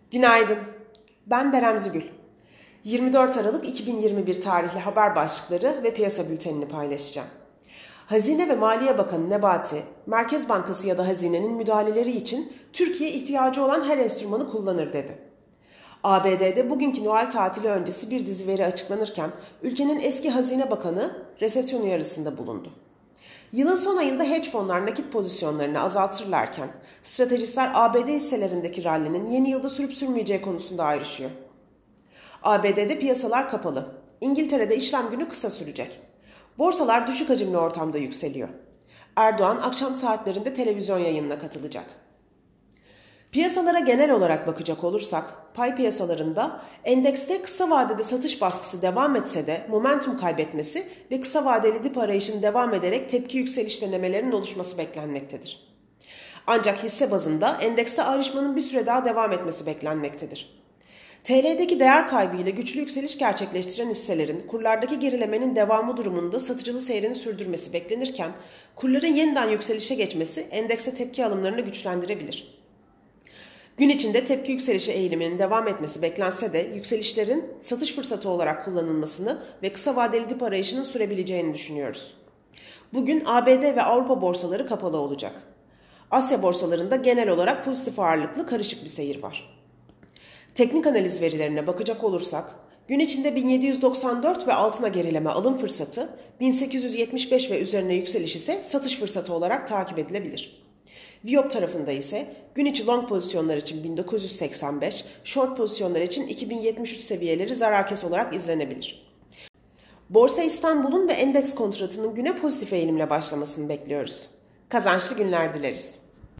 Günaydın. Ben Berem Zügül. 24 Aralık 2021 tarihli haber başlıkları ve piyasa bültenini paylaşacağım. Hazine ve Maliye Bakanı Nebati, Merkez Bankası ya da hazinenin müdahaleleri için Türkiye ihtiyacı olan her enstrümanı kullanır dedi. ABD'de bugünkü Noel tatili öncesi bir dizi veri açıklanırken ülkenin eski Hazine Bakanı resesyon uyarısında bulundu. Yılın son ayında hedge fonlar nakit pozisyonlarını azaltırlarken stratejistler ABD hisselerindeki rallinin yeni yılda sürüp sürmeyeceği konusunda ayrışıyor. ABD'de piyasalar kapalı. İngiltere'de işlem günü kısa sürecek. Borsalar düşük hacimli ortamda yükseliyor. Erdoğan akşam saatlerinde televizyon yayınına katılacak. Piyasalara genel olarak bakacak olursak, pay piyasalarında endekste kısa vadede satış baskısı devam etse de momentum kaybetmesi ve kısa vadeli dip arayışın devam ederek tepki yükseliş denemelerinin oluşması beklenmektedir. Ancak hisse bazında endekste ayrışmanın bir süre daha devam etmesi beklenmektedir. TL'deki değer kaybı ile güçlü yükseliş gerçekleştiren hisselerin kurlardaki gerilemenin devamı durumunda satıcılı seyrini sürdürmesi beklenirken, kurların yeniden yükselişe geçmesi endekse tepki alımlarını güçlendirebilir. Gün içinde tepki yükselişi eğiliminin devam etmesi beklense de yükselişlerin satış fırsatı olarak kullanılmasını ve kısa vadeli dip arayışının sürebileceğini düşünüyoruz. Bugün ABD ve Avrupa borsaları kapalı olacak. Asya borsalarında genel olarak pozitif ağırlıklı karışık bir seyir var. Teknik analiz verilerine bakacak olursak, gün içinde 1794 ve altına gerileme alım fırsatı, 1875 ve üzerine yükseliş ise satış fırsatı olarak takip edilebilir. Viyop tarafında ise gün içi long pozisyonlar için 1985, short pozisyonlar için 2073 seviyeleri zararkes olarak izlenebilir. Borsa İstanbul'un ve endeks kontratının güne pozitif eğilimle başlamasını bekliyoruz. Kazançlı günler dileriz.